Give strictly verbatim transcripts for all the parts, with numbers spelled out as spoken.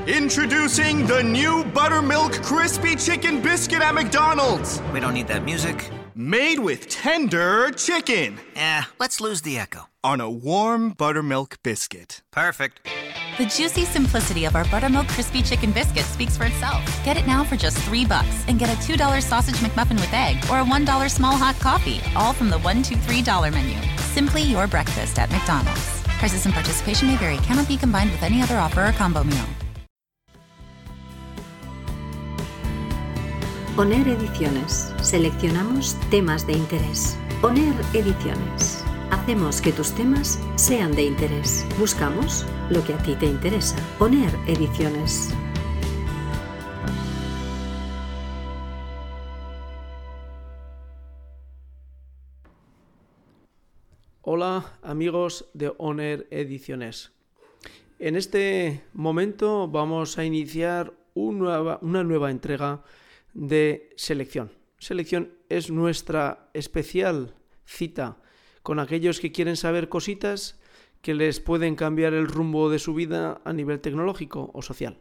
Introducing the new Buttermilk Crispy Chicken Biscuit at McDonald's. We don't need that music. Made with tender chicken. Eh, let's lose the echo. On a warm buttermilk biscuit. Perfect. The juicy simplicity of our Buttermilk Crispy Chicken Biscuit speaks for itself. Get it now for just three bucks and get a two dollar sausage McMuffin with egg or a one dollar small hot coffee, all from the one, two, three dollar menu. Simply your breakfast at McDonald's. Prices and participation may vary. Cannot be combined with any other offer or combo meal. ONER Ediciones. Seleccionamos temas de interés. ONER Ediciones. Hacemos que tus temas sean de interés. Buscamos lo que a ti te interesa. ONER Ediciones. Hola amigos de ONER Ediciones. En este momento vamos a iniciar un nueva, una nueva entrega de Selección. Selección es nuestra especial cita con aquellos que quieren saber cositas que les pueden cambiar el rumbo de su vida a nivel tecnológico o social.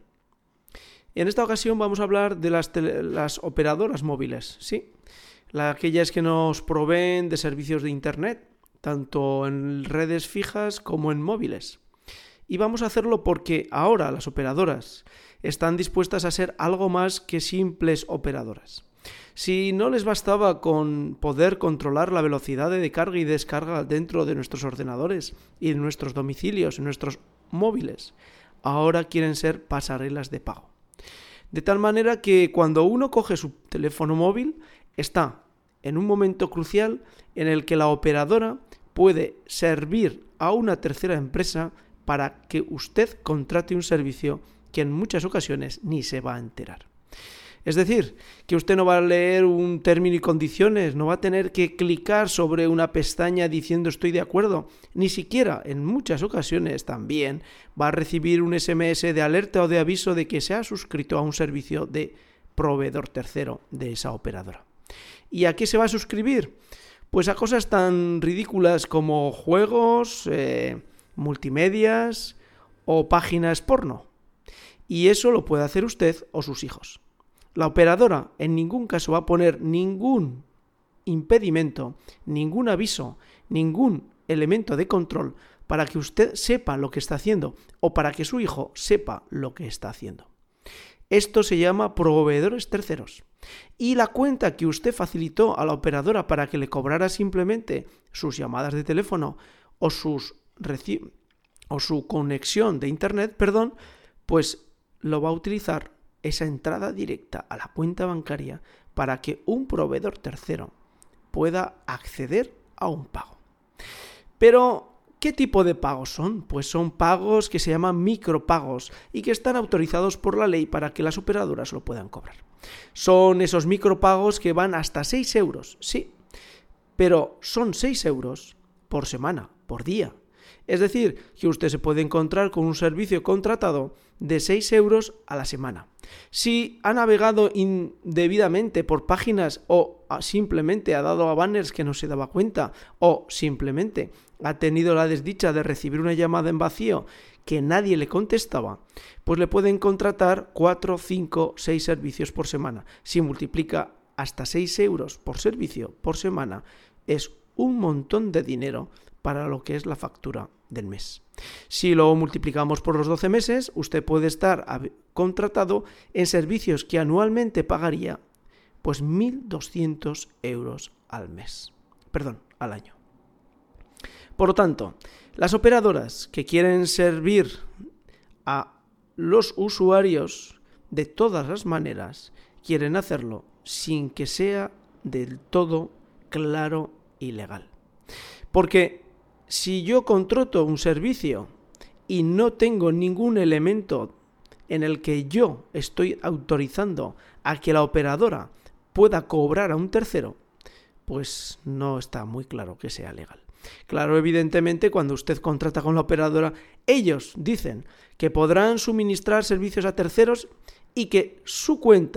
En esta ocasión vamos a hablar de las, tele, las operadoras móviles, ¿sí? Las, aquellas que nos proveen de servicios de internet, tanto en redes fijas como en móviles. Y vamos a hacerlo porque ahora las operadoras están dispuestas a ser algo más que simples operadoras. Si no les bastaba con poder controlar la velocidad de carga y descarga dentro de nuestros ordenadores y de nuestros domicilios, en nuestros móviles, ahora quieren ser pasarelas de pago. De tal manera que cuando uno coge su teléfono móvil, está en un momento crucial en el que la operadora puede servir a una tercera empresa para que usted contrate un servicio que en muchas ocasiones ni se va a enterar. Es decir, que usted no va a leer un término y condiciones, no va a tener que clicar sobre una pestaña diciendo estoy de acuerdo, ni siquiera en muchas ocasiones también va a recibir un ese eme ese de alerta o de aviso de que se ha suscrito a un servicio de proveedor tercero de esa operadora. ¿Y a qué se va a suscribir? Pues a cosas tan ridículas como juegos, eh, multimedias o páginas porno. Y eso lo puede hacer usted o sus hijos. La operadora en ningún caso va a poner ningún impedimento, ningún aviso, ningún elemento de control para que usted sepa lo que está haciendo o para que su hijo sepa lo que está haciendo. Esto se llama proveedores terceros. Y la cuenta que usted facilitó a la operadora para que le cobrara simplemente sus llamadas de teléfono o, sus reci- o su conexión de internet, perdón, pues lo va a utilizar esa entrada directa a la cuenta bancaria para que un proveedor tercero pueda acceder a un pago. Pero, ¿qué tipo de pagos son? Pues son pagos que se llaman micropagos y que están autorizados por la ley para que las operadoras lo puedan cobrar. Son esos micropagos que van hasta seis euros, sí, pero son seis euros por semana, por día. Es decir, que usted se puede encontrar con un servicio contratado de seis euros a la semana. Si ha navegado indebidamente por páginas o simplemente ha dado a banners que no se daba cuenta o simplemente ha tenido la desdicha de recibir una llamada en vacío que nadie le contestaba, pues le pueden contratar cuatro, cinco, seis servicios por semana. Si multiplica hasta seis euros por servicio por semana, es un montón de dinero para lo que es la factura del mes. Si lo multiplicamos por los doce meses, usted puede estar contratado en servicios que anualmente pagaría pues mil doscientos euros al mes. Perdón, al año. Por lo tanto, las operadoras que quieren servir a los usuarios de todas las maneras, quieren hacerlo sin que sea del todo claro y legal. Porque si yo contrato un servicio y no tengo ningún elemento en el que yo estoy autorizando a que la operadora pueda cobrar a un tercero, pues no está muy claro que sea legal. Claro, evidentemente, cuando usted contrata con la operadora, ellos dicen que podrán suministrar servicios a terceros y que su cuenta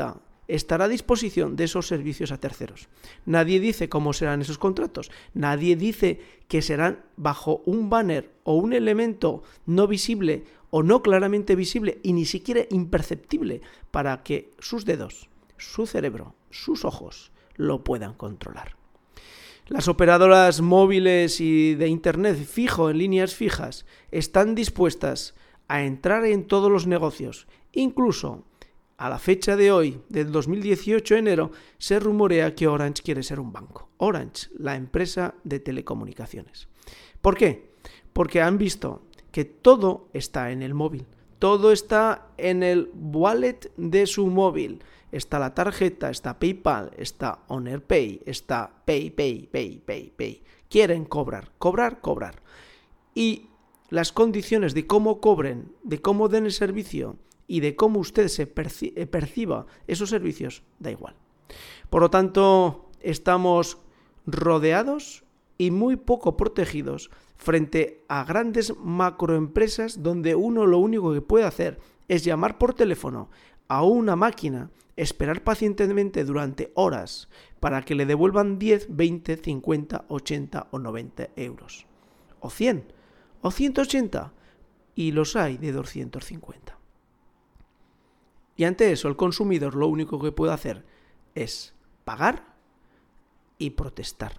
estará a disposición de esos servicios a terceros. Nadie dice cómo serán esos contratos, nadie dice que serán bajo un banner o un elemento no visible o no claramente visible y ni siquiera imperceptible para que sus dedos, su cerebro, sus ojos lo puedan controlar. Las operadoras móviles y de internet fijo en líneas fijas están dispuestas a entrar en todos los negocios, incluso a la fecha de hoy, del dos mil dieciocho, enero, se rumorea que Orange quiere ser un banco. Orange, la empresa de telecomunicaciones. ¿Por qué? Porque han visto que todo está en el móvil, todo está en el wallet de su móvil. Está la tarjeta, está PayPal, está HonorPay, está Pay, Pay, Pay, Pay, Pay. Quieren cobrar, cobrar, cobrar. Y las condiciones de cómo cobren, de cómo den el servicio y de cómo usted se perci- perciba esos servicios, da igual. Por lo tanto, estamos rodeados y muy poco protegidos frente a grandes macroempresas donde uno lo único que puede hacer es llamar por teléfono a una máquina, esperar pacientemente durante horas para que le devuelvan diez, veinte, cincuenta, ochenta o noventa euros. O cien, o ciento ochenta, y los hay de doscientos cincuenta. Y ante eso el consumidor lo único que puede hacer es pagar y protestar.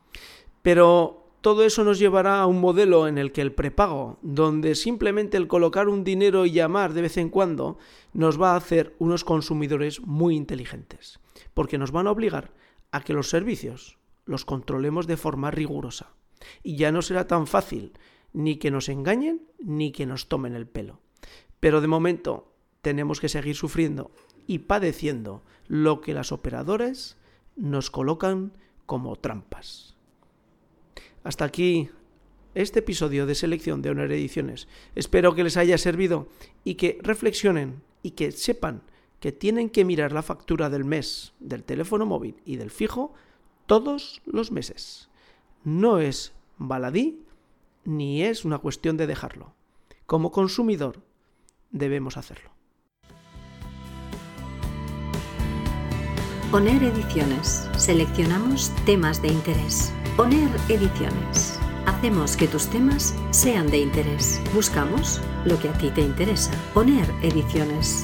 Pero todo eso nos llevará a un modelo en el que el prepago, donde simplemente el colocar un dinero y llamar de vez en cuando, nos va a hacer unos consumidores muy inteligentes, porque nos van a obligar a que los servicios los controlemos de forma rigurosa. Y ya no será tan fácil ni que nos engañen ni que nos tomen el pelo. Pero de momento tenemos que seguir sufriendo y padeciendo lo que las operadoras nos colocan como trampas. Hasta aquí este episodio de selección de Honor Ediciones. Espero que les haya servido y que reflexionen y que sepan que tienen que mirar la factura del mes del teléfono móvil y del fijo todos los meses. No es baladí ni es una cuestión de dejarlo. Como consumidor debemos hacerlo. Oner Ediciones. Seleccionamos temas de interés. Oner Ediciones. Hacemos que tus temas sean de interés. Buscamos lo que a ti te interesa. Oner Ediciones.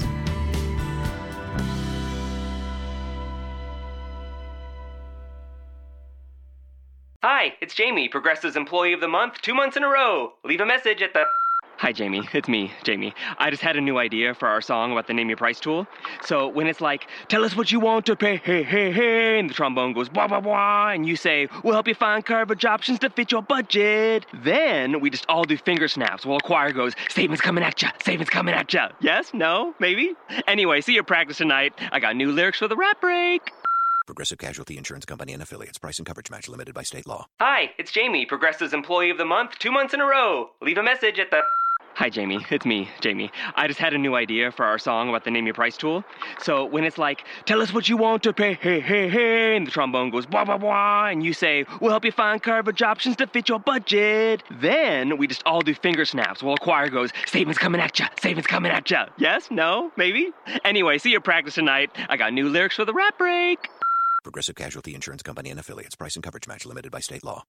Hi, it's Jamie, Progressive's Employee of the Month, two months in a row. Leave a message at the... Hi, Jamie. It's me, Jamie. I just had a new idea for our song about the Name Your Price tool. So when it's like, tell us what you want to pay, hey, hey, hey, and the trombone goes, blah, blah, blah, and you say, we'll help you find coverage options to fit your budget. Then we just all do finger snaps while a choir goes, statements coming at ya, statements coming at ya. Yes? No? Maybe? Anyway, see your practice tonight. I got new lyrics for the rap break. Progressive Casualty Insurance Company and Affiliates. Price and coverage match limited by state law. Hi, it's Jamie, Progressive's Employee of the Month, two months in a row. Leave a message at the... Hi, Jamie. It's me, Jamie. I just had a new idea for our song about the Name Your Price tool. So when it's like, tell us what you want to pay, hey, hey, hey, and the trombone goes, blah, blah, blah, and you say, we'll help you find coverage options to fit your budget. Then we just all do finger snaps while a choir goes, statements coming at ya, statements coming at ya. Yes? No? Maybe? Anyway, see your practice tonight. I got new lyrics for the rap break. Progressive Casualty Insurance Company and Affiliates. Price and coverage match limited by state law.